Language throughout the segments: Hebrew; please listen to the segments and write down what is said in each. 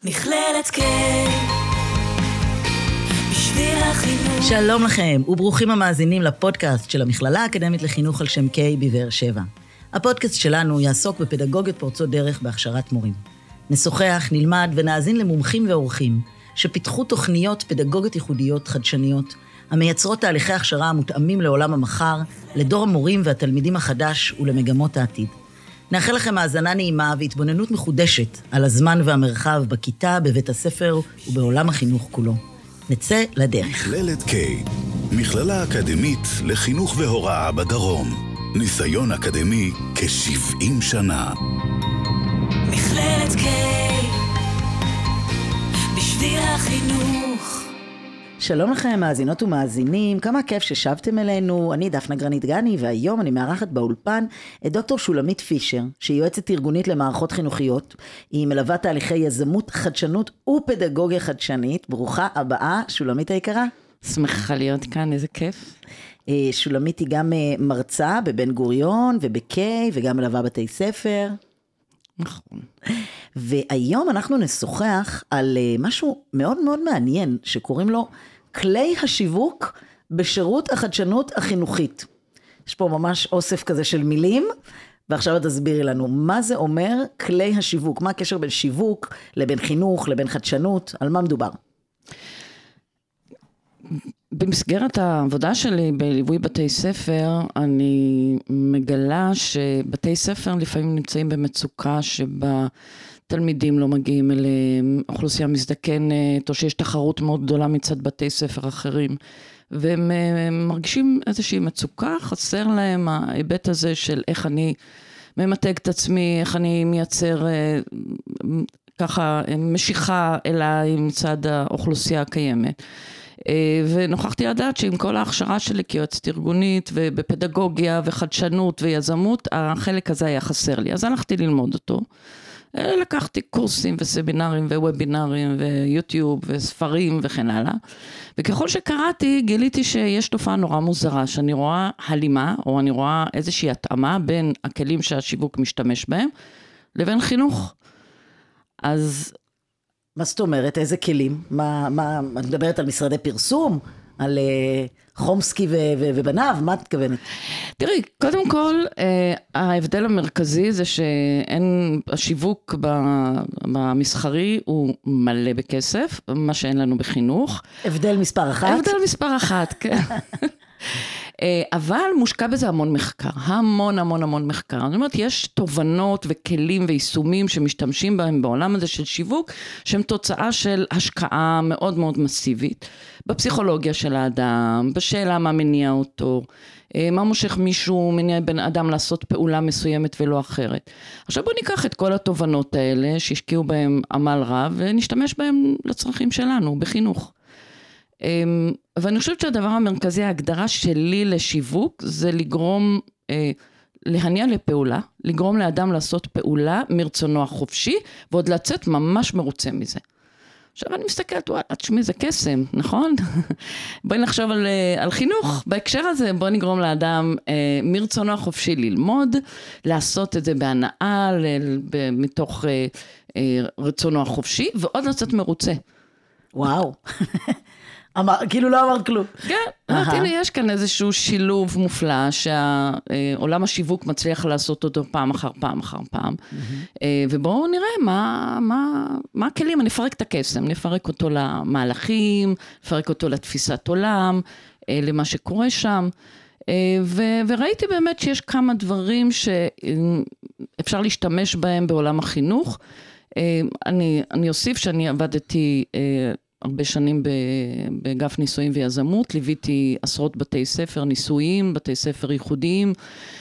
מכללת K בשביל החינוך. שלום לכם וברוכים המאזינים לפודקאסט של המכללה האקדמית לחינוך על שם K בבאר שבע. הפודקאסט שלנו יעסוק בפדגוגיות פורצות דרך בהכשרת מורים. נשוחח, נלמד ונאזין למומחים ואורחים שפיתחו תוכניות פדגוגיות ייחודיות חדשניות המייצרות תהליכי הכשרה המותאמים לעולם המחר, לדור המורים והתלמידים החדש ולמגמות העתיד. נאחל לכם האזנה נעימה והתבוננות מחודשת על הזמן והמרחב בכיתה, בבית הספר ובעולם החינוך כולו. נצא לדרך. מכללת K, מכללה אקדמית לחינוך והוראה בדרום. ניסיון אקדמי כ-70 שנה. מכללת K בשביל החינוך. שלום לכם מאזינות ומאזינים, כמה כיף ששבתם אלינו. אני דפנה גרנית גני, והיום אני מארחת באולפן את דוקטור שולמית פישר, שהיא יועצת ארגונית למערכות חינוכיות. היא מלווה תהליכי יזמות, חדשנות ופדגוגיה חדשנית. ברוכה הבאה, שולמית היקרה. שמחה להיות כאן, איזה כיף. שולמית היא גם מרצה בבן גוריון ובקיי, וגם מלווה בתי ספר. נכון. והיום אנחנו נשוחח על משהו מאוד מאוד מעניין, שקוראים לו כלי השיווק בשירות החדשנות החינוכית. יש פה ממש אוסף כזה של מילים, ועכשיו תסבירי לנו מה זה אומר כלי השיווק, מה הקשר בין שיווק לבין חינוך, לבין חדשנות, על מה מדובר? במסגרת העבודה שלי בליווי בתי ספר, אני מגלה שבתי ספר לפעמים נמצאים במצוקה שבה תלמידים לא מגיעים אליהם, אוכלוסייה מזדקנת, או שיש תחרות מאוד גדולה מצד בתי ספר אחרים, והם מרגישים איזושהי מצוקה, חסר להם ההיבט הזה של איך אני ממתג את עצמי, איך אני מייצר ככה משיכה אליי מצד האוכלוסייה הקיימת. ונוכחתי לדעת שעם כל ההכשרה שלי כיועצת ארגונית ובפדגוגיה וחדשנות ויזמות, החלק הזה היה חסר לי, אז הלכתי ללמוד אותו. לקחתי קורסים וסמינרים ווובינרים ויוטיוב וספרים וכן הלאה, וככל שקראתי גיליתי שיש תופעה נורא מוזרה, שאני רואה הלימה או אני רואה איזושהי התאמה בין הכלים שהשיווק משתמש בהם לבין חינוך. אז מה זאת אומרת? איזה כלים? את מדברת על משרדי פרסום? על חומסקי ובניו? מה את מתכוונת? תראי, קודם כל, ההבדל המרכזי זה שאין, השיווק במסחרי הוא מלא בכסף, מה שאין לנו בחינוך. הבדל מספר אחת? הבדל מספר אחת, כן. אבל מושקע בזה המון מחקר, המון מחקר. זאת אומרת, יש תובנות וכלים ויישומים שמשתמשים בהם בעולם הזה של שיווק, שהם תוצאה של השקעה מאוד מאוד מסיבית, בפסיכולוגיה של האדם, בשאלה מה מניע אותו, מה מושך מישהו, מניע בן אדם לעשות פעולה מסוימת ולא אחרת. עכשיו בוא ניקח את כל התובנות האלה, שהשקיעו בהם עמל רב, ונשתמש בהם לצרכים שלנו, בחינוך. ואני חושבת שהדבר המרכזי, ההגדרה שלי לשיווק, זה לגרום, להניע לפעולה, לגרום לאדם לעשות פעולה מרצונו החופשי, ועוד לצאת ממש מרוצה מזה. עכשיו אני מסתכלת, תשמעי, זה קסם, נכון? בואי נחשוב על חינוך. בהקשר הזה, בואי נגרום לאדם מרצונו החופשי ללמוד, לעשות את זה בהנאה, מתוך רצונו החופשי, ועוד לצאת מרוצה. וואו. כאילו לא אמרת כלום. כן, הנה יש כאן איזשהו שילוב מופלא שהעולם השיווק מצליח לעשות אותו פעם אחר פעם אחר פעם. ובואו נראה מה הכלים, אני אפרק את הקסם, נפרק אותו למהלכים, נפרק אותו לתפיסת עולם, למה שקורה שם. וראיתי באמת שיש כמה דברים שאפשר להשתמש בהם בעולם החינוך. אני אוסיף שאני עבדתי הרבה שנים באגף ניסויים ויזמות, ליוויתי עשרות בתי ספר ניסויים, בתי ספר ייחודיים,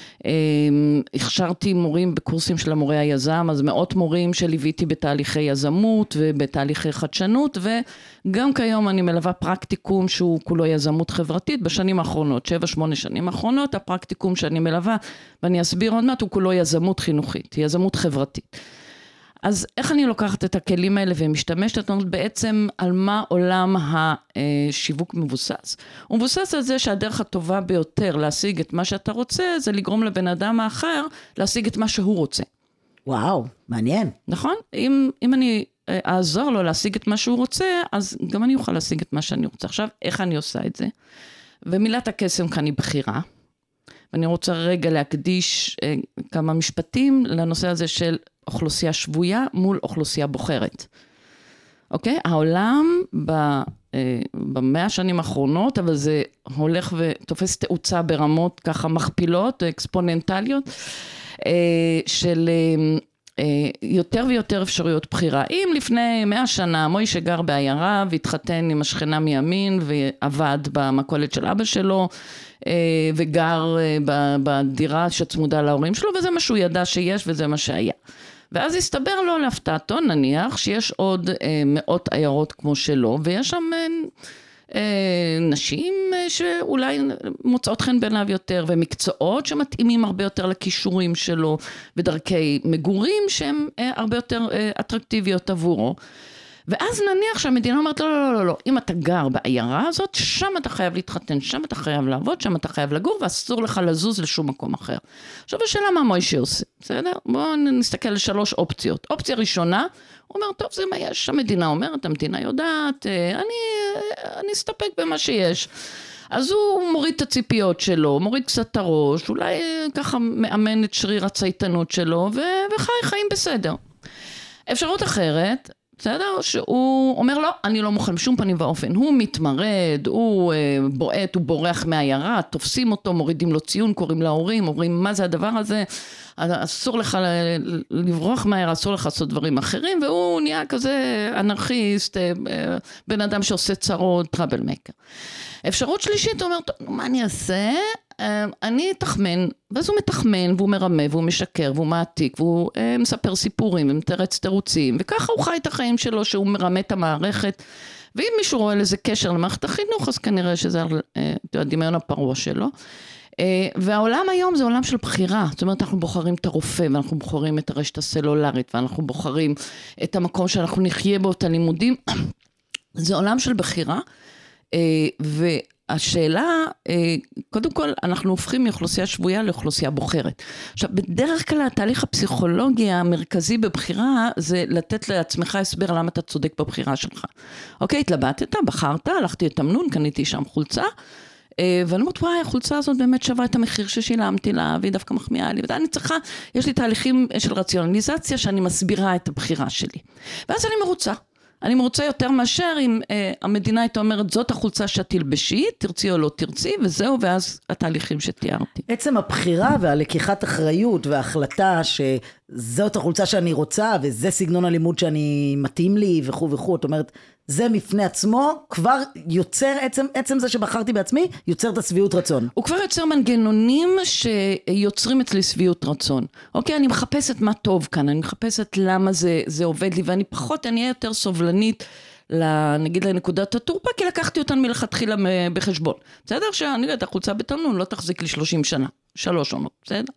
הכשרתי מורים בקורסים של המורה היזם, אז מאות מורים שליוויתי בתהליכי יזמות ובתהליכי חדשנות, וגם כיום אני מלווה פרקטיקום שהוא כולו יזמות חברתית, בשנים האחרונות, 7-8 שנים האחרונות, הפרקטיקום שאני מלווה, ואני אסביר עוד מעט, הוא כולו יזמות חינוכית, יזמות חברתית. אז איך אני לוקחת את הכלים האלה ומשתמשת בעצם על מה עולם השיווק מבוסס? הוא מבוסס על זה שהדרך הטובה ביותר להשיג את מה שאתה רוצה, זה לגרום לבן אדם האחר להשיג את מה שהוא רוצה. וואו, מעניין. נכון? אם אני אעזור לו להשיג את מה שהוא רוצה, אז גם אני אוכל להשיג את מה שאני רוצה. עכשיו, איך אני עושה את זה? ומילת הקסם כאן היא בחירה, ואני רוצה רגע להקדיש כמה משפטים לנושא הזה של אוכלוסייה שבויה מול אוכלוסייה בוחרת. אוקיי? העולם במאה השנים האחרונות, אבל זה הולך ותופס תאוצה ברמות ככה מכפילות, אקספוננטליות, של יותר ויותר אפשרויות בחירה. אם לפני 100 שנה מוישה גר בעיירה והתחתן עם השכנה מימין ועבד במכולת של אבא שלו, וגר בדירה שצמודה להורים שלו, וזה מה שהוא ידע שיש וזה מה שהיה. ואז הסתבר לו להפתעתו נניח שיש עוד מאות עיירות כמו שלו, ויש שם נשים שאולי מוצאות חן בעיניו יותר, ומקצועות שמתאימים הרבה יותר לכישורים שלו, ודרכי מגורים שהם הרבה יותר אטרקטיביות עבורו. ואז נניח שהמדינה אומרת, לא, אם אתה גר בעיירה הזאת, שם אתה חייב להתחתן, שם אתה חייב לעבוד, שם אתה חייב לגור, ואסור לך לזוז לשום מקום אחר. עכשיו השאלה מה מוישה עושה, בסדר? בואו נסתכל על 3 אופציות. אופציה ראשונה, הוא אומר, טוב, זה מה יש, המדינה אומרת, המדינה יודעת, אני אסתפק במה שיש. אז הוא מוריד את הציפיות שלו, מוריד קצת את הראש, אולי ככה מאמן את שריר הצייתנות שלו, וחי חיים בסדר. אפשרות אחרת, בסדר? שהוא אומר לו, אני לא מוכן בשום פנים ואופן. הוא מתמרד, הוא בועט, הוא בורח מהעיירה, תופסים אותו, מורידים לו ציון, קוראים להורים, אומרים, מה זה הדבר הזה? אסור לך לברוח מהעיירה, אסור לך לעשות דברים אחרים, והוא נהיה כזה אנרכיסט, בן אדם שעושה צרות, טראבל מייקר. אפשרות שלישית, הוא אומר, מה אני אעשה? אני אתחמן, ואז הוא מתחמן, והוא מרמה, והוא משקר, והוא מעתיק, והוא מספר סיפורים, ומתרץ תירוצים, וככה הוא חי את החיים שלו, שהוא מרמה את המערכת, ואם מישהו רואה לזה קשר למערכת החינוך, אז כנראה שזה הדמיון הפרוע שלו. והעולם היום זה עולם של בחירה, זאת אומרת, אנחנו בוחרים את הרופא, ואנחנו בוחרים את הרשת הסלולרית, ואנחנו בוחרים את המקום שאנחנו נחיה בו, את הלימודים, זה עולם של בחירה, השאלה, קודם כל, אנחנו הופכים מאוכלוסייה שבויה לאוכלוסייה בוחרת. עכשיו, בדרך כלל, התהליך הפסיכולוגי המרכזי בבחירה, זה לתת לעצמך הסבר למה אתה צודק בבחירה שלך. אוקיי, התלבטת, בחרת, הלכתי לתמנון, קניתי שם חולצה, ואני אומרת, וואי, החולצה הזאת באמת שווה את המחיר ששילמתי לה, והיא דווקא מחמיאה לי, ואני צריכה, יש לי תהליכים של רציונליזציה, שאני מסבירה את הבחירה שלי. ואז אני מרוצה. אני מרוצה יותר מאשר אם המדינה הייתה אומרת, זאת החולצה שאת תלבשי, תרצי או לא תרצי, וזהו, ואז התהליכים שתיארתי. עצם הבחירה והלקיחת אחריות וההחלטה שזאת החולצה שאני רוצה, וזה סגנון הלימוד שאני מתאים לי וכו' וכו', את אומרת, זה מפני עצמו כבר יוצר, עצם זה שבחרתי בעצמי, יוצר את השביעות רצון. הוא כבר יוצר מנגנונים שיוצרים אצלי שביעות רצון. אוקיי, אני מחפשת מה טוב כאן, אני מחפשת למה זה עובד לי, ואני אהיה יותר סובלנית, נגיד לנקודת התורפה, כי לקחתי אותן מלכתחילה בחשבון. בסדר? שאני יודעת, החולצה בתמנון לא תחזיק לי 30 שנה, 3 עונות, בסדר?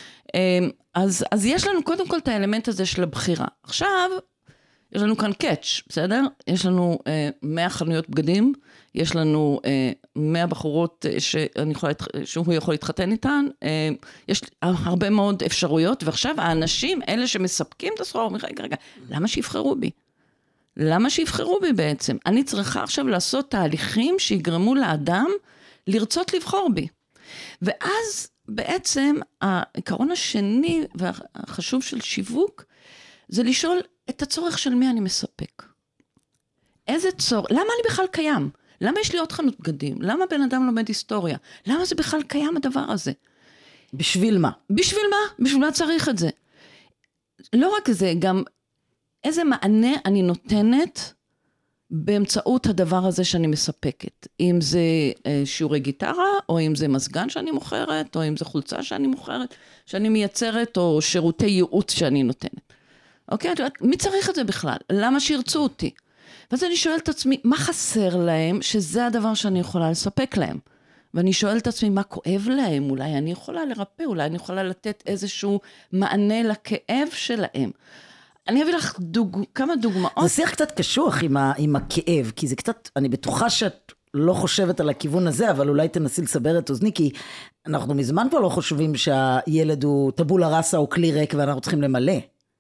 אז יש לנו קודם כל את האלמנט הזה של הבחירה. עכשיו, יש לנו כאן קאץ', בסדר? יש לנו 100 חנויות בגדים, יש לנו 100 בחורות שהוא יכול להתחתן איתן, יש הרבה מאוד אפשרויות, ועכשיו האנשים, אלה שמספקים את הסחורה, אומרים, רגע, למה שיבחרו בי? למה שיבחרו בי בעצם? אני צריכה עכשיו לעשות תהליכים שיגרמו לאדם לרצות לבחור בי. ואז בעצם העיקרון השני והחשוב של שיווק, זה לשאול את הצורך של מי אני מספק. איזה צורך? למה אני בכלל קיים? למה יש לי עוד חנות בגדים? למה בן אדם לומד היסטוריה? למה זה בכלל קיים הדבר הזה? בשביל מה? בשביל מה? בשביל מה צריך את זה? לא רק זה, גם איזה מענה אני נותנת באמצעות הדבר הזה שאני מספקת. אם זה שיעורי גיטרה, או אם זה מזגן שאני מוכרת, או אם זה חולצה שאני מוכרת, שאני מייצרת, או שירותי ייעוץ שאני נותנת. אוקיי? מי צריך את זה בכלל? למה שירצו אותי? ואז אני שואלת את עצמי, מה חסר להם שזה הדבר שאני יכולה לספק להם? ואני שואלת את עצמי, מה כואב להם? אולי אני יכולה לרפא, אולי אני יכולה לתת איזשהו מענה לכאב שלהם. אני אביא לך כמה דוגמאות. זה שיח קצת קשוח עם הכאב, כי זה קצת, אני בטוחה שאת לא חושבת על הכיוון הזה, אבל אולי תנסי לסבר את אוזני, כי אנחנו מזמן כבר לא חושבים שהילד הוא טבולה ראסה או כלי ריק, ואנחנו צריכים למלא.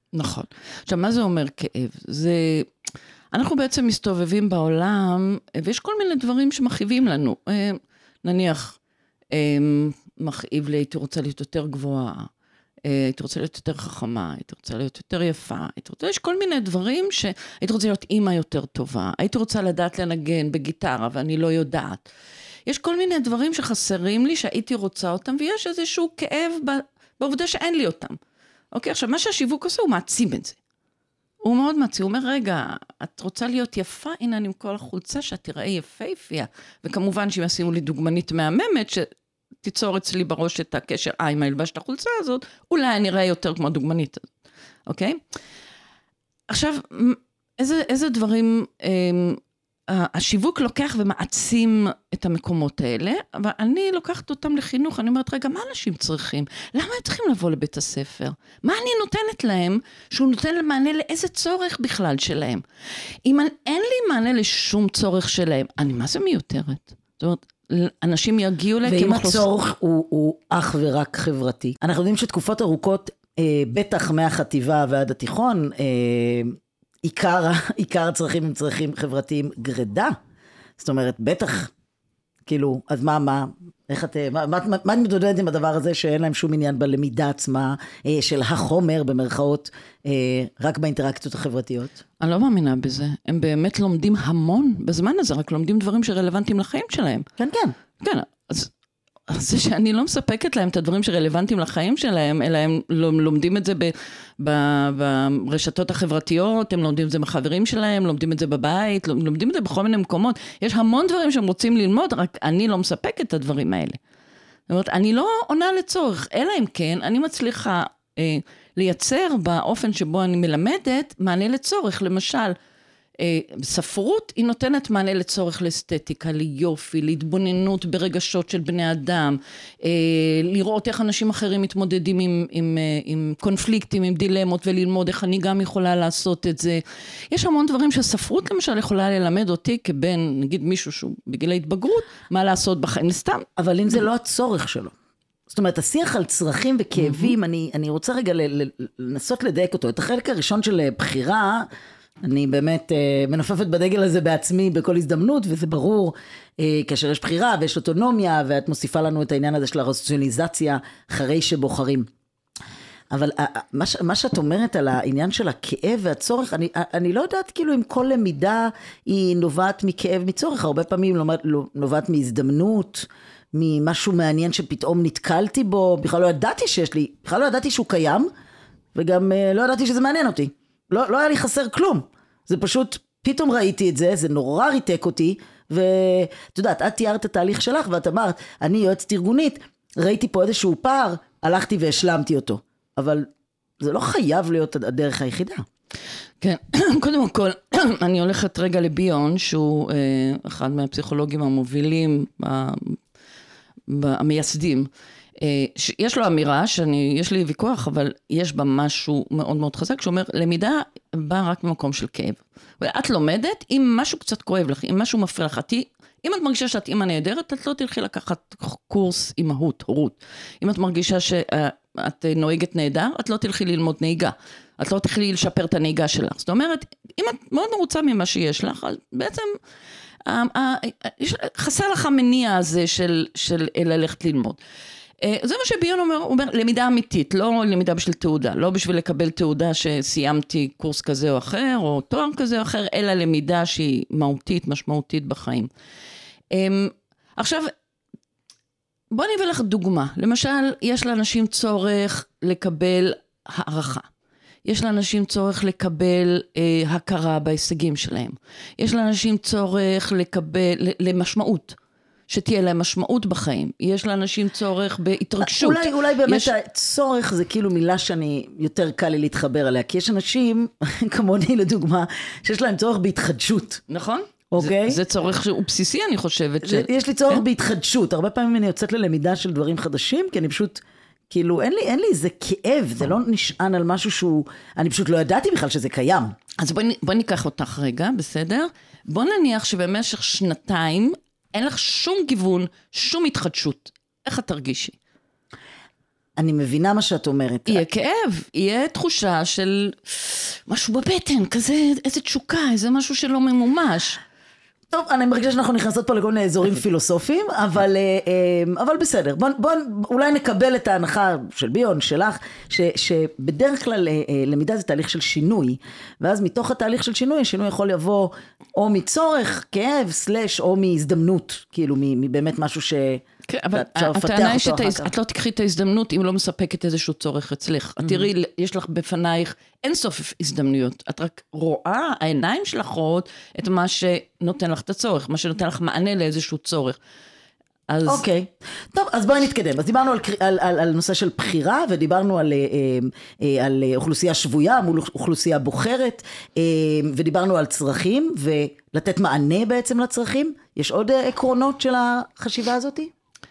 נכון. עכשיו, מה זה אומר כאב? אנחנו בעצם מסתובבים בעולם, ויש כל מיני דברים שמכאיבים לנו. נניח, מכאיב לי, הייתי רוצה להיות יותר גבוהה, הייתי רוצה להיות יותר חכמה, הייתי רוצה להיות יותר יפה, יש כל מיני דברים שהייתי רוצה להיות אימא יותר טובה, הייתי רוצה לדעת לנגן בגיטרה, ואני לא יודעת. יש כל מיני דברים שחסרים לי, שהייתי רוצה אותם, ויש איזשהו כאב בעובדה שאין לי אותם. אוקיי, עכשיו, מה שהשיווק עושה, הוא מעצים את זה. הוא מאוד מעצים, הוא אומר, רגע, את רוצה להיות יפה? הנה, אני עם כל החולצה, שאת תראה יפהפייה. וכמובן, שאם ישימו לי דוגמנית מהממת, תיצור אצלי בראש את הקשר, אם הלבש את החולצה הזאת, אולי אני אראה יותר כמו הדוגמנית הזאת, אוקיי? עכשיו, איזה דברים השיווק לוקח ומעצים את המקומות האלה, אבל אני לוקחת אותם לחינוך, אני אומרת, רגע, מה אנשים צריכים? למה הם צריכים לבוא לבית הספר? מה אני נותנת להם, שהוא נותן מענה לאיזה צורך בכלל שלהם? אם אין לי מענה לשום צורך שלהם, אני מה זה מיותרת? זאת אומרת, אנשים יגיעו להם... ואם הצורך הוא אך ורק חברתי. אנחנו יודעים שתקופות ארוכות, בטח מהחטיבה ועד התיכון, עיקר הצרכים הם צרכים חברתיים גרדה. זאת אומרת, בטח, כאילו, אז איך את מתמודדת עם הדבר הזה שאין להם שום עניין בלמידה עצמה של החומר במרכאות, רק באינטראקציות החברתיות? אני לא מאמינה בזה. הם באמת לומדים המון בזמן הזה, רק לומדים דברים שרלוונטיים לחיים שלהם. כן, כן. כן, אז זה שאני לא מספקת להם את הדברים שרלוונטיים לחיים שלהם, אלא הם לומדים את זה ברשתות החברתיות, הם לומדים את זה מחברים שלהם, לומדים את זה בבית, לומדים את זה בכל מיני מקומות. יש המון דברים שהם רוצים ללמוד, רק אני לא מספקת את הדברים האלה. זאת אומרת, אני לא עונה לצורך, אלא אם כן, אני מצליחה לייצר באופן שבו אני מלמדת מענה לצורך, למשל, ספרות היא נותנת מענה לצורך לאסתטיקה, ליופי, להתבוננות ברגשות של בני אדם, לראות איך אנשים אחרים מתמודדים עם קונפליקטים, עם דילמות, וללמוד איך אני גם יכולה לעשות את זה. יש המון דברים שספרות למשל יכולה ללמד אותי כבן, נגיד מישהו שהוא בגיל ההתבגרות, מה לעשות בחיים, סתם. אבל אם זה לא הצורך שלו. זאת אומרת, השיח על צרכים וכאבים, אני רוצה רגע לנסות לדייק אותו. את החלק הראשון של בחירה, אני באמת מנופפת בדגל הזה בעצמי בכל הזדמנות, וזה ברור, כאשר יש בחירה ויש אוטונומיה, ואת מוסיפה לנו את העניין הזה של הרציונליזציה אחרי שבוחרים. אבל מה שאת אומרת על העניין של הכאב והצורך, אני לא יודעת כאילו אם כל למידה היא נובעת מכאב מצורך, הרבה פעמים נובעת מהזדמנות, ממשהו מעניין שפתאום נתקלתי בו, בכלל לא ידעתי שיש לי, בכלל לא ידעתי שהוא קיים, וגם לא ידעתי שזה מעניין אותי. לא היה לי חסר כלום. זה פשוט, פתאום ראיתי את זה, זה נורא ריתק אותי, ואת יודעת, את תיארת את התהליך שלך, ואת אמרת, אני יועצת ארגונית, ראיתי פה איזשהו פער, הלכתי והשלמתי אותו. אבל זה לא חייב להיות הדרך היחידה. כן, קודם כל, אני הולכת רגע לביון, שהוא אחד מהפסיכולוגים המובילים, המייסדים, יש לו אמירה יש לי ויכוח, אבל יש בה משהו מאוד מאוד חזק, שאומר, למידה באה רק במקום של כאב. ואת לומדת, אם משהו קצת כואב לך, אם משהו מפריע לך, אם את מרגישה שאת אימא נהדרת, את לא תלכי לקחת קורס אימהות, הורות. אם את מרגישה שאת נוהגת נהדר, את לא תלכי ללמוד נהיגה. את לא תלכי לשפר את הנהיגה שלך. זאת אומרת, אם את מאוד מרוצה ממה שיש לך, בעצם חסר לך המניע הזה של ללכת ללמוד. זה מה שביון אומר, הוא אומר, למידה אמיתית, לא למידה בשביל תעודה, לא בשביל לקבל תעודה שסיימתי קורס כזה או אחר, או תואר כזה או אחר, אלא למידה שהיא מהותית, משמעותית בחיים. עכשיו, בוא נביא לך דוגמה. למשל, יש לאנשים צורך לקבל הערכה. יש לאנשים צורך לקבל הכרה בהישגים שלהם. יש לאנשים צורך לקבל, למשמעות. שתהיה להם משמעות בחיים. יש לאנשים צורך בהתרגשות. אולי באמת הצורך זה כאילו מילה שאני יותר קל לי להתחבר עליה, כי יש אנשים, כמוני לדוגמה, שיש להם צורך בהתחדשות. נכון? אוקיי? זה צורך שהוא בסיסי, אני חושבת. יש לי צורך בהתחדשות. הרבה פעמים אני יוצאת ללמידה של דברים חדשים, כי אני פשוט, כאילו, אין לי איזה כאב, זה לא נשען על משהו שהוא, אני פשוט לא ידעתי בכלל שזה קיים. אז בוא ניקח אותך רגע, בסדר? בוא נניח שבמשך שנתיים, אין לך שום גיוון, שום התחדשות. איך את תרגישי? אני מבינה מה שאת אומרת. יהיה כאב, יהיה תחושה של משהו בבטן, כזה, איזה תשוקה, איזה משהו שלא ממומש. טוב, אני מרגישה שאנחנו נכנסות פה לכל מיני אזורים פילוסופיים, אבל בסדר. בוא אולי נקבל את ההנחה של ביון, שלך, שבדרך כלל למידה זה תהליך של שינוי, ואז מתוך התהליך של שינוי, השינוי יכול לבוא או מצורך, כאב, סלש, או מהזדמנות, כאילו מבאמת משהו ש... כן, אבל הטענה היא שאת לא תקחי את ההזדמנות אם לא מספקת איזשהו צורך אצלך. תראי, יש לך בפנייך אין סוף הזדמנויות. את רק רואה, העיניים שלך רואות את מה שנותן לך את הצורך, מה שנותן לך מענה לאיזשהו צורך. אוקיי. טוב, אז בואי נתקדם. אז דיברנו על נושא של בחירה, ודיברנו על אוכלוסייה שבויה מול אוכלוסייה בוחרת, ודיברנו על צרכים, ולתת מענה בעצם לצרכים. יש עוד עקרונות של החשיבה הזאת?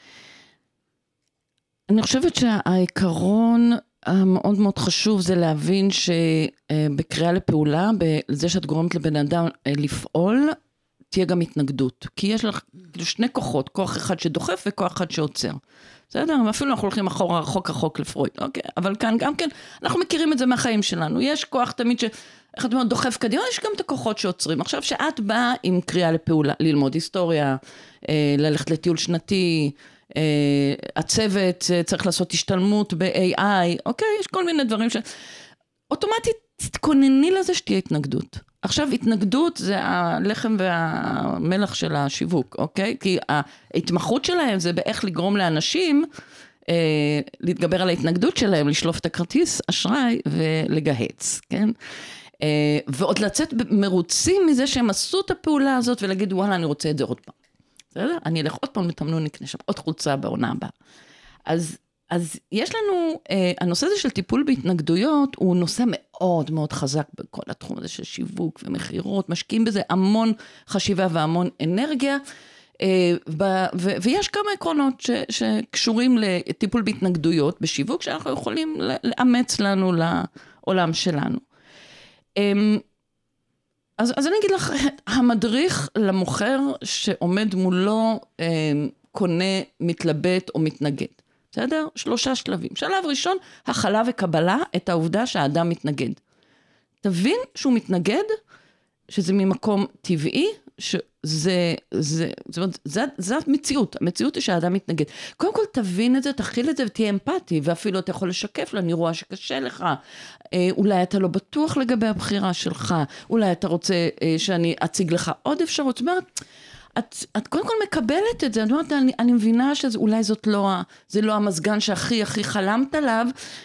אני חושבת שהעיקרון המאוד מאוד חשוב זה להבין שבקריאה לפעולה, בזה שאת גורמת לבן אדם לפעול, תהיה גם התנגדות. כי יש לך שני כוחות, כוח אחד שדוחף וכוח אחד שעוצר. בסדר? ואפילו אנחנו הולכים אחורה רחוק לפרויד, אוקיי? אבל כאן גם כן, אנחנו מכירים את זה מהחיים שלנו. יש כוח תמיד איך את אומרת, דוחף קדימה, יש גם את הכוחות שעוצרים. עכשיו שאת באה עם קריאה לפעולה, ללמוד היסטוריה, ללכת לטיול שנתי, הצוות צריך לעשות השתלמות ב-AI, אוקיי? יש כל מיני דברים אוטומטית תתכונני לזה שתהיה התנגדות. עכשיו, התנגדות זה הלחם והמלח של השיווק, אוקיי? כי ההתמחות שלהם זה באיך לגרום לאנשים להתגבר על ההתנגדות שלהם, לשלוף את הכרטיס אשראי ולגהץ, כן? ועוד לצאת מרוצים מזה שהם עשו את הפעולה הזאת ולהגיד, וואלה, אני רוצה את זה עוד פעם. בסדר? אני אלך עוד פעם לתמנון, נקנה שם עוד חולצה בעונה הבאה. אז יש לנו, הנושא הזה של טיפול בהתנגדויות, הוא נושא מאוד מאוד חזק בכל התחום הזה של שיווק ומחירות, משקיעים בזה המון חשיבה והמון אנרגיה, ויש כמה עקרונות שקשורים לטיפול בהתנגדויות בשיווק, שאנחנו יכולים לאמץ לנו לעולם שלנו. אז אני אגיד לך, המדריך למוכר שעומד מולו קונה, מתלבט או מתנגד. בסדר? 3 שלבים. שלב ראשון, הכלה וקבלה את העובדה שהאדם מתנגד. תבין שהוא מתנגד, שזה ממקום טבעי, זה המציאות. המציאות היא שהאדם מתנגד. קודם כל תבין את זה, תכיל את זה ותהיה אמפתי, ואפילו אתה יכול לשקף לו, אני רואה שקשה לך, אולי אתה לא בטוח לגבי הבחירה שלך, אולי אתה רוצה שאני אציג לך עוד אפשרות, זאת אומרת, את קודם כל מקבלת את זה, את אומרת, אני מבינה שאולי זה לא המסגן שהכי חלמת עליו,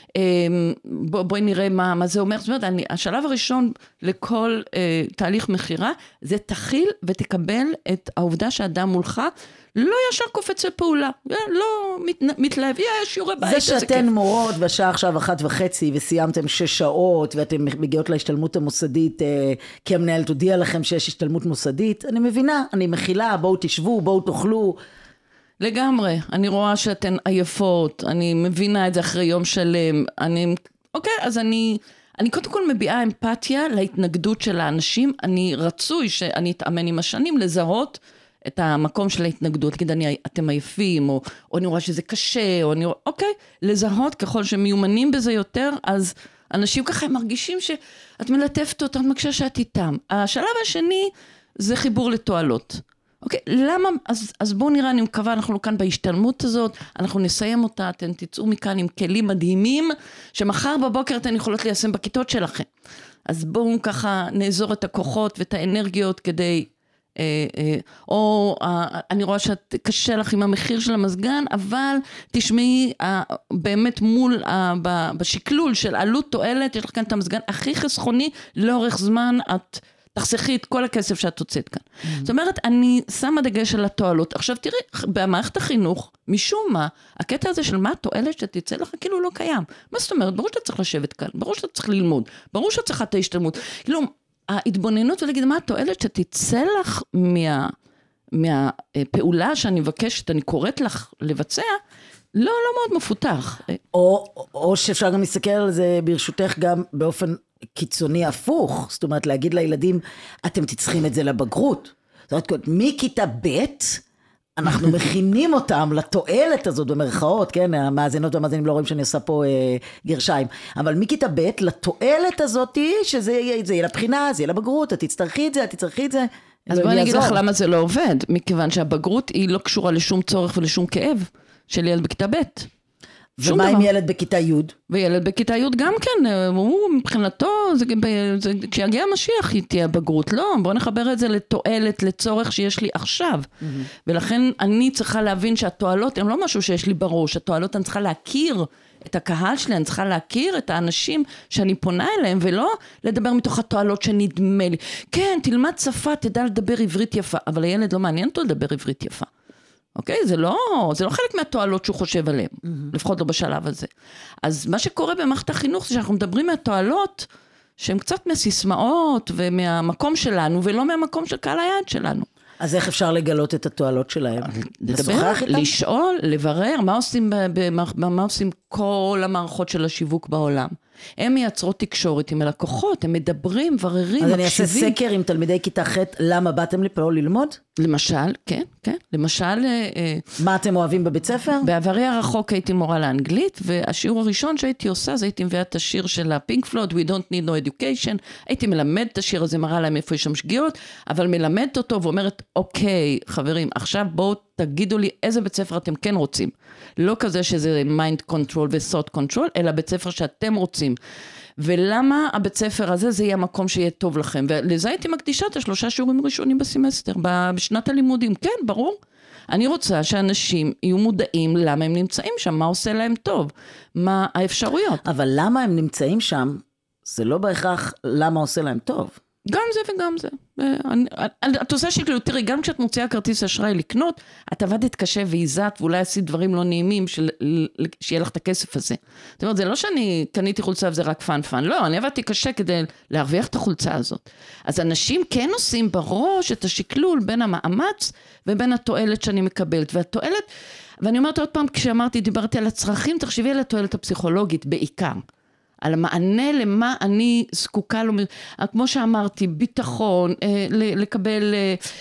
בואי נראה מה זה אומר, זאת אומרת, השלב הראשון לכל תהליך מחירה, זה תכיל ותקבל את העובדה שהאדם מולך, לא ישר קופץ לפעולה, לא מתלהב, יש שיעורי בית. זה שאתן מורות והשעה עכשיו 1:30 וסיימתם 6 שעות ואתן מגיעות להשתלמות המוסדית, כי המנהלת הודיעה לכם שיש השתלמות מוסדית, אני מבינה, אני מכילה, בואו תשבו, בואו תאכלו. לגמרי, אני רואה שאתן עייפות, אני מבינה את זה אחרי יום שלם, אוקיי, אז אני קודם כל מביעה אמפתיה להתנגדות של האנשים, אני רצוי שאני אתאמן עם השנים לזהות את המקום של ההתנגדות, להגיד, אתם עייפים, או אני רואה שזה קשה, אוקיי, לזהות ככל שמיומנים בזה יותר, אז אנשים ככה הם מרגישים שאת מלטפת אותם, מקשה שאת איתם. השלב השני זה חיבור לתועלות. אוקיי, למה? אז בואו נראה, אני מקווה, אנחנו כאן בהשתלמות הזאת, אנחנו נסיים אותה, אתן תצאו מכאן עם כלים מדהימים, שמחר בבוקר אתן יכולות ליישם בכיתות שלכם. אז בואו ככה נאזור את הכוחות ואת האנרגיות כדי או אני רואה שאת קשה לך עם המחיר של המסגן, אבל תשמעי באמת מול בשקלול של עלות תועלת, יש לך כאן את המסגן הכי חסכוני, לאורך זמן את תחסכי את כל הכסף שאת תוצאת כאן. זאת אומרת, אני שמה דגש על התועלות. עכשיו תראי, במערכת החינוך, משום מה, הקטע הזה של מה התועלת שתצא לך, כאילו לא קיים. מה זאת אומרת? ברור שאתה צריך לשבת כאן, ברור שאתה צריך ללמוד, ברור שאתה צריך את ההשתלמות. כאילו, ההתבוננות ולהגיד מה התועלת שתצא לך מהפעולה שאני מבקשת, אני קוראת לך לבצע, לא מאוד מפותח. או שאפשר גם להסתכל על זה ברשותך גם באופן קיצוני הפוך, זאת אומרת להגיד לילדים, אתם תצריכים את זה לבגרות. זאת אומרת, מכיתה ב' אנחנו מכינים אותם לתועלת הזאת במרכאות, כן, המאזינות והמאזינים לא רואים שאני עושה פה גרשיים, אבל מכיתה ב' לתועלת הזאת, שזה יהיה לבחינה, זה יהיה לבגרות, את תצטרכי את זה, אז בואי נגיד לך למה זה לא עובד, מכיוון שהבגרות היא לא קשורה לשום צורך ולשום כאב של ילד בכיתה ב'. ומה עם ילד בכיתה י'? וילד בכיתה י' גם כן, הוא מבחינתו, כשיגיע המשיח היא תהיה בגרות, לא, בוא נחבר את זה לתועלת, לצורך שיש לי עכשיו, ולכן אני צריכה להבין שהתועלות הן לא משהו שיש לי בראש, התועלות אני צריכה להכיר את הקהל שלי, אני צריכה להכיר את האנשים שאני פונה אליהם, ולא לדבר מתוך התועלות שנדמה לי, כן, תלמד שפה, תדע לדבר עברית יפה, אבל הילד לא מעניין אותו לדבר עברית יפה. אוקיי? זה לא חלק מהתועלות שהוא חושב עליהן, לפחות לא בשלב הזה. אז מה שקורה במערכת החינוך זה שאנחנו מדברים מהתועלות שהן קצת מהסיסמאות ומהמקום שלנו, ולא מהמקום של קהל היעד שלנו. אז איך אפשר לגלות את התועלות שלהם? לדבר, לשאול, לברר, מה עושים כל המערכות של השיווק בעולם? הם מייצרות תקשורת עם הלקוחות, הם מדברים, בררים, מקשיבים. אז אני אעשה סקר עם תלמידי כיתה ח' למה באתם לפה ללמוד? למשל, כן. למשל... מה אתם אוהבים בבית ספר? בעברי הרחוק הייתי מורה לאנגלית, והשיעור הראשון שהייתי עושה, זה הייתי מביאה את השיר של הפינק פלויד, We don't need no education, הייתי מלמד את השיר הזה, מראה להם איפה יש שם שגיאות, אבל מלמדת אותו ואומרת, אוקיי, חברים, עכשיו בואו תגידו לי איזה בית ספר אתם כן רוצים. לא כזה שזה mind control ו-thought control, אלא בית ספר שאתם רוצים. ולמה הבית ספר הזה זה יהיה המקום שיהיה טוב לכם. ולזה הייתי מקדישה את 3 שיעורים ראשונים בסמסטר, בשנת הלימודים. כן, ברור. אני רוצה שאנשים יהיו מודעים למה הם נמצאים שם, מה עושה להם טוב, מה האפשרויות. אבל למה הם נמצאים שם, זה לא בהכרח למה עושה להם טוב. גם זה וגם זה. את עושה שכאילו, תראי, גם כשאת מוציאה כרטיס אשראי לקנות, את עבדת קשה ועיזת, ואולי עשית דברים לא נעימים, שיהיה לך את הכסף הזה. זאת אומרת, זה לא שאני קניתי חולצה וזה רק פן. לא, אני עבדתי קשה כדי להרוויח את החולצה הזאת. אז אנשים כן עושים בראש את השקלול בין המאמץ, ובין התועלת שאני מקבלת. והתועלת, ואני אומרת עוד פעם, דיברתי על הצרכים, תחשבי על התועלת הפסיכולוגית בעיקר. על המענה למה אני זקוקה לו, כמו שאמרתי, ביטחון, לקבל,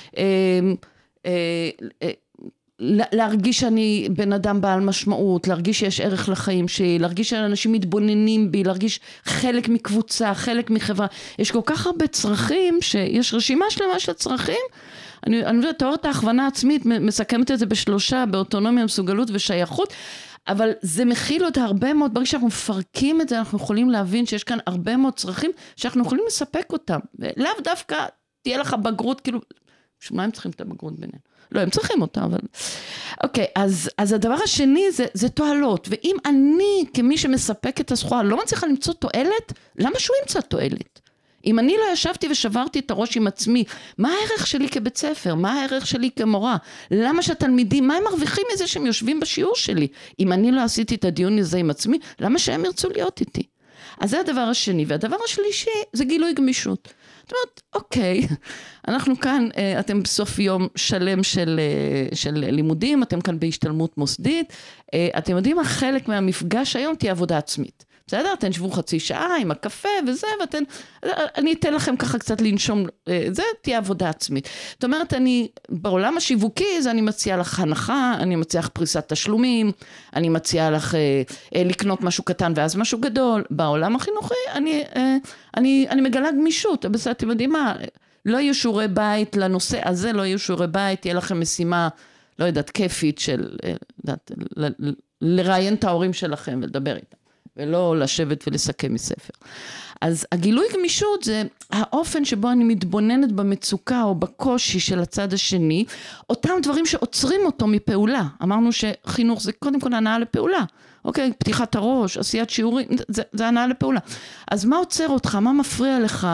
להרגיש שאני בן אדם בעל משמעות, להרגיש שיש ערך לחיים שלי, להרגיש שאנשים מתבוננים בי, להרגיש חלק מקבוצה, חלק מחברה. יש כל כך הרבה צרכים, שיש רשימה שלמה של הצרכים, אני יודעת, תיאוריית ההכוונה העצמית מסכמת את זה ב3, באוטונומיה, מסוגלות ושייכות, אבל זה מכיל עוד הרבה מאוד, ברגע שאנחנו מפרקים את זה, אנחנו יכולים להבין שיש כאן הרבה מאוד צרכים, שאנחנו יכולים לספק אותם, ולאו דווקא תהיה לך בגרות, כאילו, שמה הם צריכים את הבגרות ביניהם? לא, הם צריכים אותה, אבל... אוקיי, אז הדבר השני זה תועלות, ואם אני, כמי שמספק את הסחורה, לא מצליחה למצוא תועלת, למה שהוא ימצא תועלת? אם אני לא ישבתי ושברתי את הראש עם עצמי, מה הערך שלי כבית ספר? מה הערך שלי כמורה? למה שהתלמידים, מה הם מרוויחים מזה שהם יושבים בשיעור שלי? אם אני לא עשיתי את הדיון הזה עם עצמי, למה שהם ירצו להיות איתי? אז זה הדבר השני, והדבר השלישי זה גילוי גמישות. זאת אומרת, אוקיי, אנחנו כאן, אתם בסוף יום שלם של לימודים, אתם כאן בהשתלמות מוסדית, אתם יודעים מה חלק מהמפגש היום תהיה עבודה עצמית. בסדר? אתן שבו חצי שעה עם הקפה וזה, אני אתן לכם ככה קצת לנשום, זה תהיה עבודה עצמית. זאת אומרת, בעולם השיווקי, אני מציעה לך הנחה, אני מציעה לך פריסת תשלומים, אני מציעה לך לקנות משהו קטן ואז משהו גדול. בעולם החינוכי, אני מגלה גמישות, בסדר, אתם יודעים מה? לא יהיו שיעורי בית לנושא הזה, לא יהיו שיעורי בית, תהיה לכם משימה, לא יודעת, כיפית של, לראיין את ההורים שלכם ולדבר איתם. ולא לשבת ולסכם מספר. אז הגילוי גמישות זה האופן שבו אני מתבוננת במצוקה או בקושי של הצד השני, אותם דברים שעוצרים אותו מפעולה. אמרנו שחינוך זה קודם כל הנאה לפעולה. אוקיי, פתיחת הראש, עשיית שיעורים, זה הנאה לפעולה. אז מה עוצר אותך? מה מפריע לך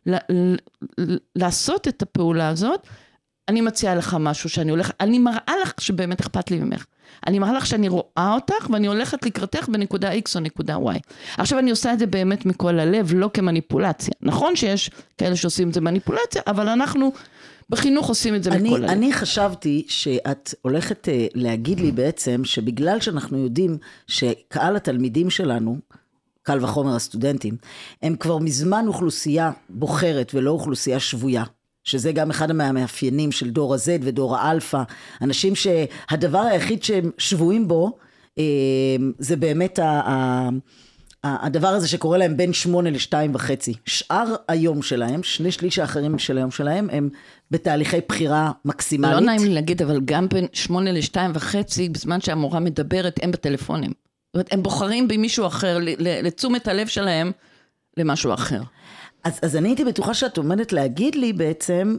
לעשות את הפעולה הזאת? אני מציעה לך משהו אני מראה לך שבאמת אכפת לי ממך. אני מראה לך שאני רואה אותך, ואני הולכת לקראתך בנקודה X או נקודה Y. עכשיו אני עושה את זה באמת מכל הלב, לא כמניפולציה. נכון שיש כאלה שעושים את זה מניפולציה, אבל אנחנו בחינוך עושים את זה מכל הלב. אני חשבתי שאת הולכת להגיד לי בעצם, שבגלל שאנחנו יודעים שקהל התלמידים שלנו, קל וחומר הסטודנטים, הם כבר מזמן אוכלוסייה בוחרת ולא אוכלוסייה שבויה. שזה גם אחד מהמאפיינים של דור ה-Z ודור האלפא, אנשים שהדבר היחיד שהם שבויים בו, זה באמת הדבר הזה שקורה להם בין 8 ל-2.5. שאר היום שלהם, 2/3 האחרים של היום שלהם, הם בתהליכי בחירה מקסימלית. לא נעים לי להגיד, אבל גם בין 8 ל-2.5, בזמן שהמורה מדברת, הם בטלפונים. זאת אומרת, הם בוחרים במישהו אחר, לתשומת הלב שלהם, למשהו אחר. אז אני הייתי בטוחה שאת עומדת להגיד לי בעצם,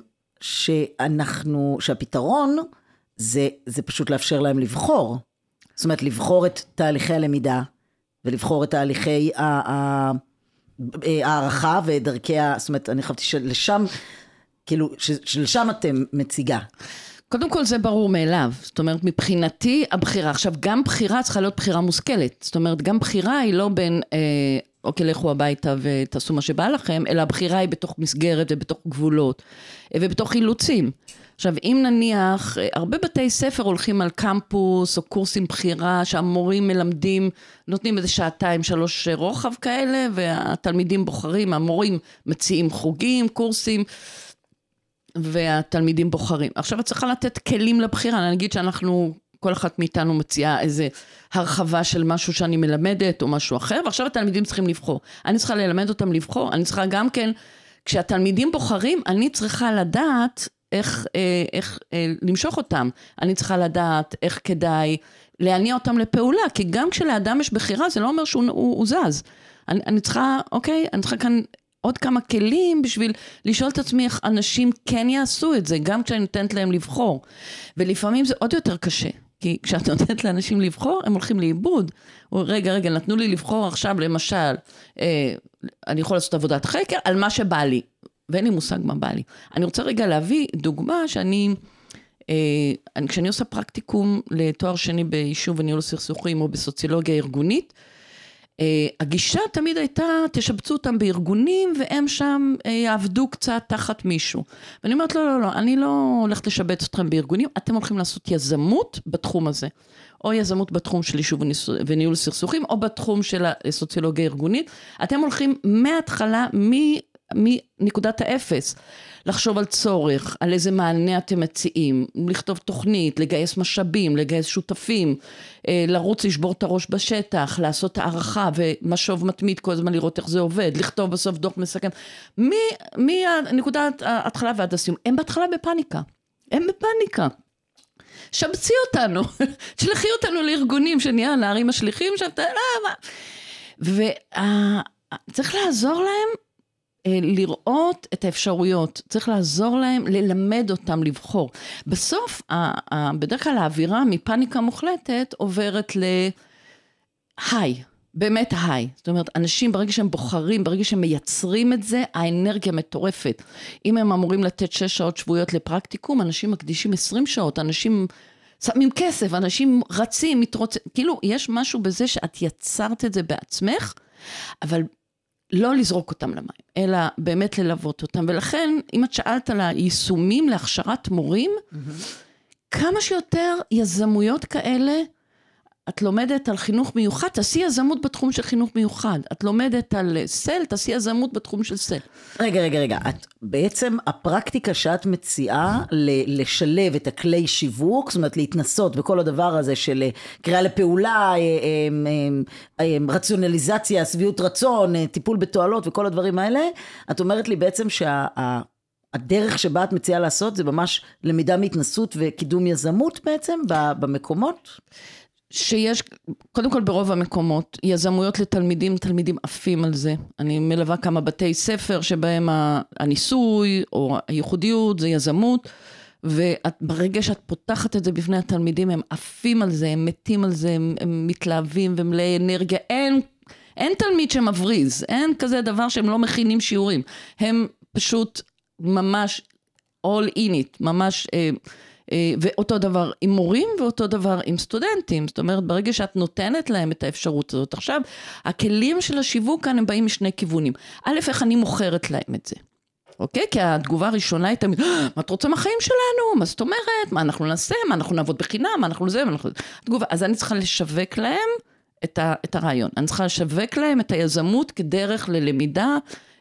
שהפתרון זה פשוט לאפשר להם לבחור. זאת אומרת, לבחור את תהליכי הלמידה, ולבחור את תהליכי הערכה ודרכי, זאת אומרת, אני חשבתי שלשם, כאילו, שלשם אתם מציגה. קודם כל זה ברור מאליו, זאת אומרת, מבחינתי הבחירה, עכשיו גם בחירה צריכה להיות בחירה מושכלת, זאת אומרת, גם בחירה היא לא בין, אוקיי, לכו הביתה ותעשו מה שבא לכם, אלא הבחירה היא בתוך מסגרת ובתוך גבולות, ובתוך אילוצים. עכשיו, אם נניח, הרבה בתי ספר הולכים על קמפוס או קורסים בחירה, שהמורים מלמדים, נותנים איזה 2-3 רוחב כאלה, והתלמידים בוחרים, המורים מציעים חוגים, קורסים, והתלמידים בוחרים. עכשיו, את צריכה לתת כלים לבחירה, אני אגיד שאנחנו, כל אחת מאיתנו מציעה איזה הרחבה של משהו שאני מלמדת, או משהו אחר, ועכשיו התלמידים צריכים לבחור. אני צריכה ללמד אותם לבחור, אני צריכה גם כן, כשהתלמידים בוחרים, אני צריכה לדעת, איך למשוך אותם, אני צריכה לדעת איך כדאי להניע אותם לפעולה, כי גם כשלאדם יש בחירה, זה לא אומר שהוא זז. אני צריכה, אוקיי, אני צריכה כאן עוד כמה כלים בשביל לשאול את עצמי איך אנשים כן יעשו את זה, גם כשאני נותנת להם לבחור. ולפעמים זה עוד יותר קשה, כי כשאת נותנת לאנשים לבחור, הם הולכים לאיבוד. רגע, נתנו לי לבחור עכשיו, למשל, אני יכול לעשות עבודת חקר על מה שבא לי. ואין לי מושג מה בא לי. אני רוצה רגע להביא דוגמה כשאני עושה פרקטיקום לתואר שני ביישוב וניהול סכסוכים או בסוציולוגיה ארגונית, הגישה תמיד הייתה, תשבצו אותם בארגונים והם שם יעבדו קצת תחת מישהו. ואני אומרת, לא, אני לא הולכת לשבץ אתכם בארגונים, אתם הולכים לעשות יזמות בתחום הזה. או יזמות בתחום של יישוב וניהול סכסוכים, או בתחום של הסוציולוגיה ארגונית. אתם הולכים מההתחלה, מנקודת האפס, לחשוב על צורך, על איזה מענה אתם מציעים, לכתוב תוכנית, לגייס משאבים, לגייס שותפים, לרוץ לשבור את הראש בשטח, לעשות הערכה ומשוב מתמיד כל הזמן לראות איך זה עובד, לכתוב בסוף דוח מסכם, מנקודת ההתחלה ועד הסיום. הם בהתחלה בפאניקה, שבצי אותנו, שלחי אותנו לארגונים שנהיה נערים השליחים, וצריך לעזור להם, לראות את האפשרויות, צריך לעזור להם, ללמד אותם לבחור. בסוף, בדרך כלל האווירה מפאניקה מוחלטת עוברת להיי, באמת היי. זאת אומרת, אנשים ברגע שהם בוחרים, ברגע שהם מייצרים את זה, האנרגיה מטורפת. אם הם אמורים לתת 6 שעות שבועיות לפרקטיקום, אנשים מקדישים 20 שעות, אנשים שמים כסף, אנשים רצים, מתרוצים, כאילו יש משהו בזה שאת יצרת את זה בעצמך, אבל לא לזרוק אותם למים, אלא באמת ללוות אותם. ולכן, אם את שאלת על היישומים להכשרת מורים, כמה שיותר יזמויות כאלה, את לומדת על חינוך מיוחד, תעשי יזמות בתחום של חינוך מיוחד. את לומדת על סל, תעשי יזמות בתחום של סל. רגע. את בעצם הפרקטיקה שאת מציעה לשלב את הכלי שיווק, זאת אומרת להתנסות בכל הדבר הזה של קריאה לפעולה, רציונליזציה, סביעות רצון, טיפול בתועלות וכל הדברים האלה, את אומרת לי בעצם הדרך שבה את מציעה לעשות זה ממש למידה מהתנסות וקידום יזמות בעצם במקומות? שיש, קודם כל ברוב המקומות, יזמויות לתלמידים, תלמידים עפים על זה. אני מלווה כמה בתי ספר שבהם הניסוי או הייחודיות זה יזמות, וברגע שאת פותחת את זה בפני התלמידים, הם עפים על זה, הם מתים על זה, הם מתלהבים ומלאי אנרגיה. אין תלמיד שמבריז, אין כזה דבר שהם לא מכינים שיעורים. הם פשוט ממש all in it, ממש ואותו דבר עם מורים ואותו דבר עם סטודנטים. זאת אומרת, ברגע שאת נותנת להם את האפשרות הזאת, עכשיו, הכלים של השיווק כאן הם באים משני כיוונים. א', איך אני מוכרת להם את זה? אוקיי? כי התגובה הראשונה היא תמיד, מה את רוצה מהחיים שלנו? מה זאת אומרת? מה אנחנו נעשה? מה אנחנו נעבוד בחינם? מה אנחנו זה? התגובה, אז אני צריכה לשווק להם את הרעיון. אני צריכה לשווק להם את היזמות כדרך ללמידה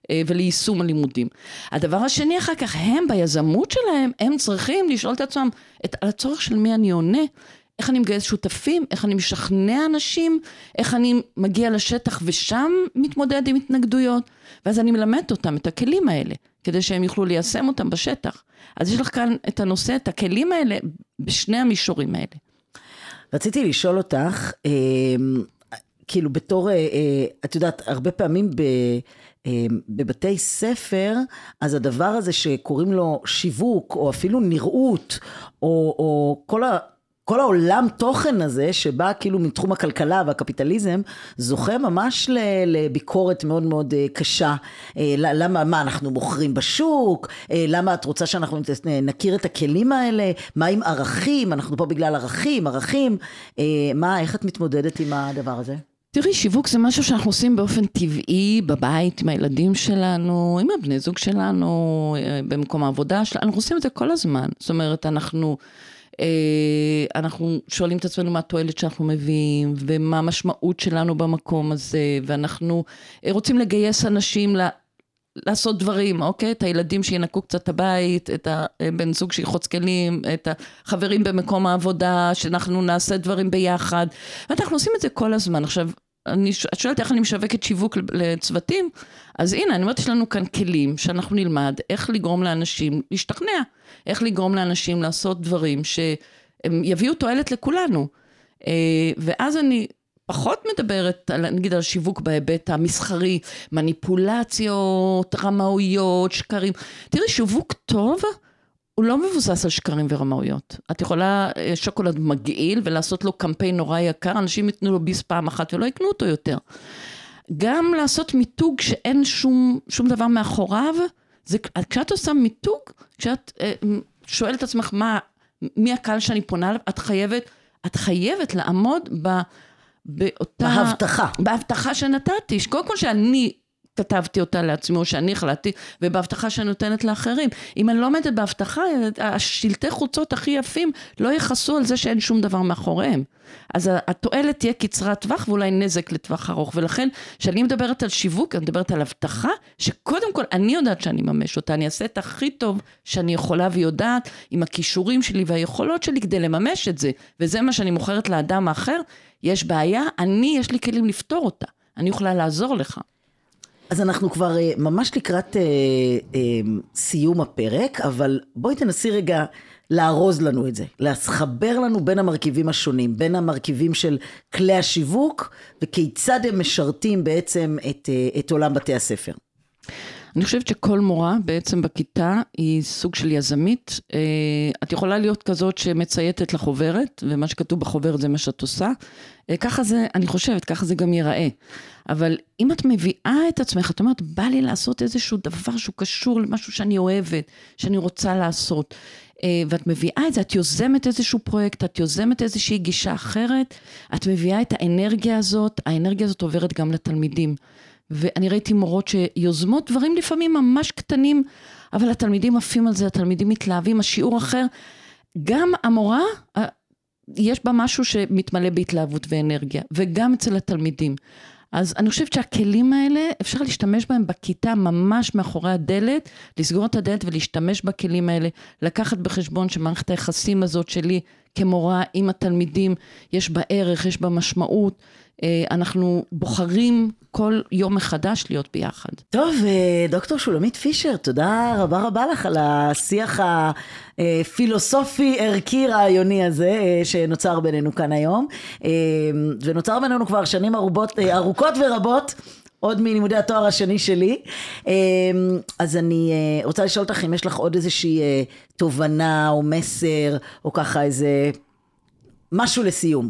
וליישום הלימודים. הדבר השני אחר כך, הם ביזמות שלהם, הם צריכים לשאול את עצמם, על הצורך של מי אני עונה, איך אני מגייס שותפים, איך אני משכנע אנשים, איך אני מגיע לשטח ושם מתמודד עם התנגדויות, ואז אני מלמד אותם את הכלים האלה, כדי שהם יוכלו ליישם אותם בשטח. אז יש לך כאן את הנושא, את הכלים האלה, בשני המישורים האלה. רציתי לשאול אותך, כאילו בתור, את יודעת, הרבה פעמים בבתי ספר, אז הדבר הזה שקוראים לו שיווק, או אפילו נראות, או כל העולם תוכן הזה, שבא כאילו מתחום הכלכלה והקפיטליזם, זוכה ממש לביקורת מאוד מאוד קשה. למה, מה אנחנו מוכרים בשוק? למה את רוצה שאנחנו נכיר את הכלים האלה? מה עם ערכים? אנחנו פה בגלל ערכים. איך את מתמודדת עם הדבר הזה? תראי, שיווק זה משהו שאנחנו עושים באופן טבעי, בבית, עם הילדים שלנו, עם הבני זוג שלנו, במקום העבודה שלנו, אנחנו עושים את זה כל הזמן. זאת אומרת, אנחנו שואלים את עצמנו מה התועלת שאנחנו מביאים, ומה המשמעות שלנו במקום הזה, ואנחנו רוצים לגייס אנשים לעשות דברים, אוקיי? את הילדים שינקו קצת הבית, את הבן זוג שיחוץ כלים, את החברים במקום העבודה, שאנחנו נעשה דברים ביחד, ואנחנו עושים את זה כל הזמן. עכשיו, את שואלת איך אני משווקת שיווק לצוותים, אז הנה, אני אומרת, יש לנו כאן כלים שאנחנו נלמד איך לגרום לאנשים להשתכנע, איך לגרום לאנשים לעשות דברים שהם יביאו תועלת לכולנו. ואז אני פחות מדברת, נגיד, על שיווק בהיבט המסחרי, מניפולציות, רמאויות, שקרים. תראי, שיווק טוב, הוא לא מבוסס על שקרים ורמאויות. את יכולה שוקולד מגעיל ולעשות לו קמפיין נורא יקר, אנשים יתנו לו ביס פעם אחת ולא יקנו אותו יותר. גם לעשות מיתוג שאין שום דבר מאחוריו, כשאת עושה מיתוג, כשאת שואלת עצמך מי הקהל שאני פונה אליו, את חייבת לעמוד בהבטחה שנתתי, קודם כל שאני כתבתי אותה לעצמי, או שאני החלטתי, ובהבטחה שאני נותנת לאחרים. אם אני לא עומדת בהבטחה, השלטי חוצות הכי יפים לא יחסו על זה שאין שום דבר מאחוריהם. אז התועלת תהיה קצרת טווח, ואולי נזק לטווח ארוך. ולכן, כשאני מדברת על שיווק, אני מדברת על הבטחה, שקודם כל אני יודעת שאני ממש אותה, אני אעשה את הכי טוב שאני יכולה ויודעת, עם הכישורים שלי והיכולות שלי, כדי לממש את זה. וזה מה שאני מוכרת לאדם האחר. יש בעיה, יש לי כלים לפתור אותה. אני יכולה לעזור לך. אז אנחנו כבר ממש לקראת סיום הפרק, אבל בואי תנסי רגע לארוז לנו את זה, להסחבר לנו בין המרכיבים השונים, בין המרכיבים של כלי השיווק, וכיצד הם משרתים בעצם את עולם בתי הספר. אני חושבת שכל מורה בעצם בכיתה היא סוג של יזמית. את יכולה להיות כזאת שמצייתת לחוברת, ומה שכתוב בחוברת זה מה שאת עושה. ככה זה, אני חושבת, ככה זה גם ייראה. אבל אם את מביאה את עצמך, את אומרת, בא לי לעשות איזשהו דבר שהוא קשור למשהו שאני אוהבת, שאני רוצה לעשות, ואת מביאה את זה, את יוזמת איזשהו פרויקט, את יוזמת איזושהי גישה אחרת, את מביאה את האנרגיה הזאת, האנרגיה הזאת עוברת גם לתלמידים. ואני ראיתי מורות שיוזמות דברים לפעמים ממש קטנים, אבל התלמידים עפים על זה, התלמידים מתלהבים, השיעור אחר, גם המורה, יש בה משהו שמתמלא בהתלהבות ואנרגיה, וגם אצל התלמידים. אז אני חושבת שהכלים האלה, אפשר להשתמש בהם בכיתה ממש מאחורי הדלת, לסגור את הדלת ולהשתמש בכלים האלה, לקחת בחשבון שמערכת היחסים הזאת שלי כמורה עם התלמידים, יש בה ערך, יש בה משמעות, אנחנו בוחרים כל יום מחדש להיות ביחד. טוב, דוקטור שולמית פישר, תודה רבה לך על השיח הפילוסופי, ערכי, רעיוני הזה, שנוצר בינינו כאן היום, ונוצר בינינו כבר שנים ארוכות ורבות, עוד מלימודי התואר השני שלי. אז אני רוצה לשאול אותך אם יש לך עוד איזושהי תובנה או מסר, או ככה איזה משהו לסיום.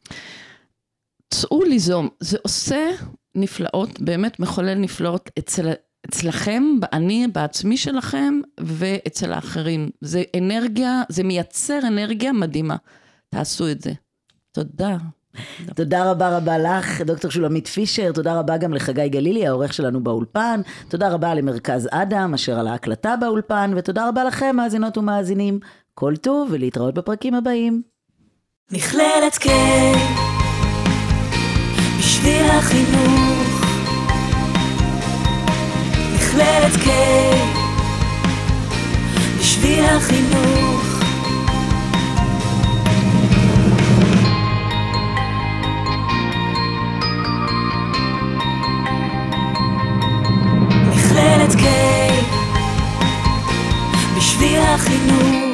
צאו ליזום, זה עושה נפלאות, באמת מחולל נפלאות אצלכם, אני בעצמי שלכם ואצל האחרים. זה אנרגיה, זה מייצר אנרגיה מדהימה. תעשו את זה. תודה. תודה רבה לך, דוקטור שולמית פישר, תודה רבה גם לחגי גלילי, העורך שלנו באולפן, תודה רבה למרכז אדם, אשר על ההקלטה באולפן, ותודה רבה לכם, מאזינות ומאזינים. כל טוב ולהתראות בפרקים הבאים. מכללת K בשביל החינוך. בשביל החינוך.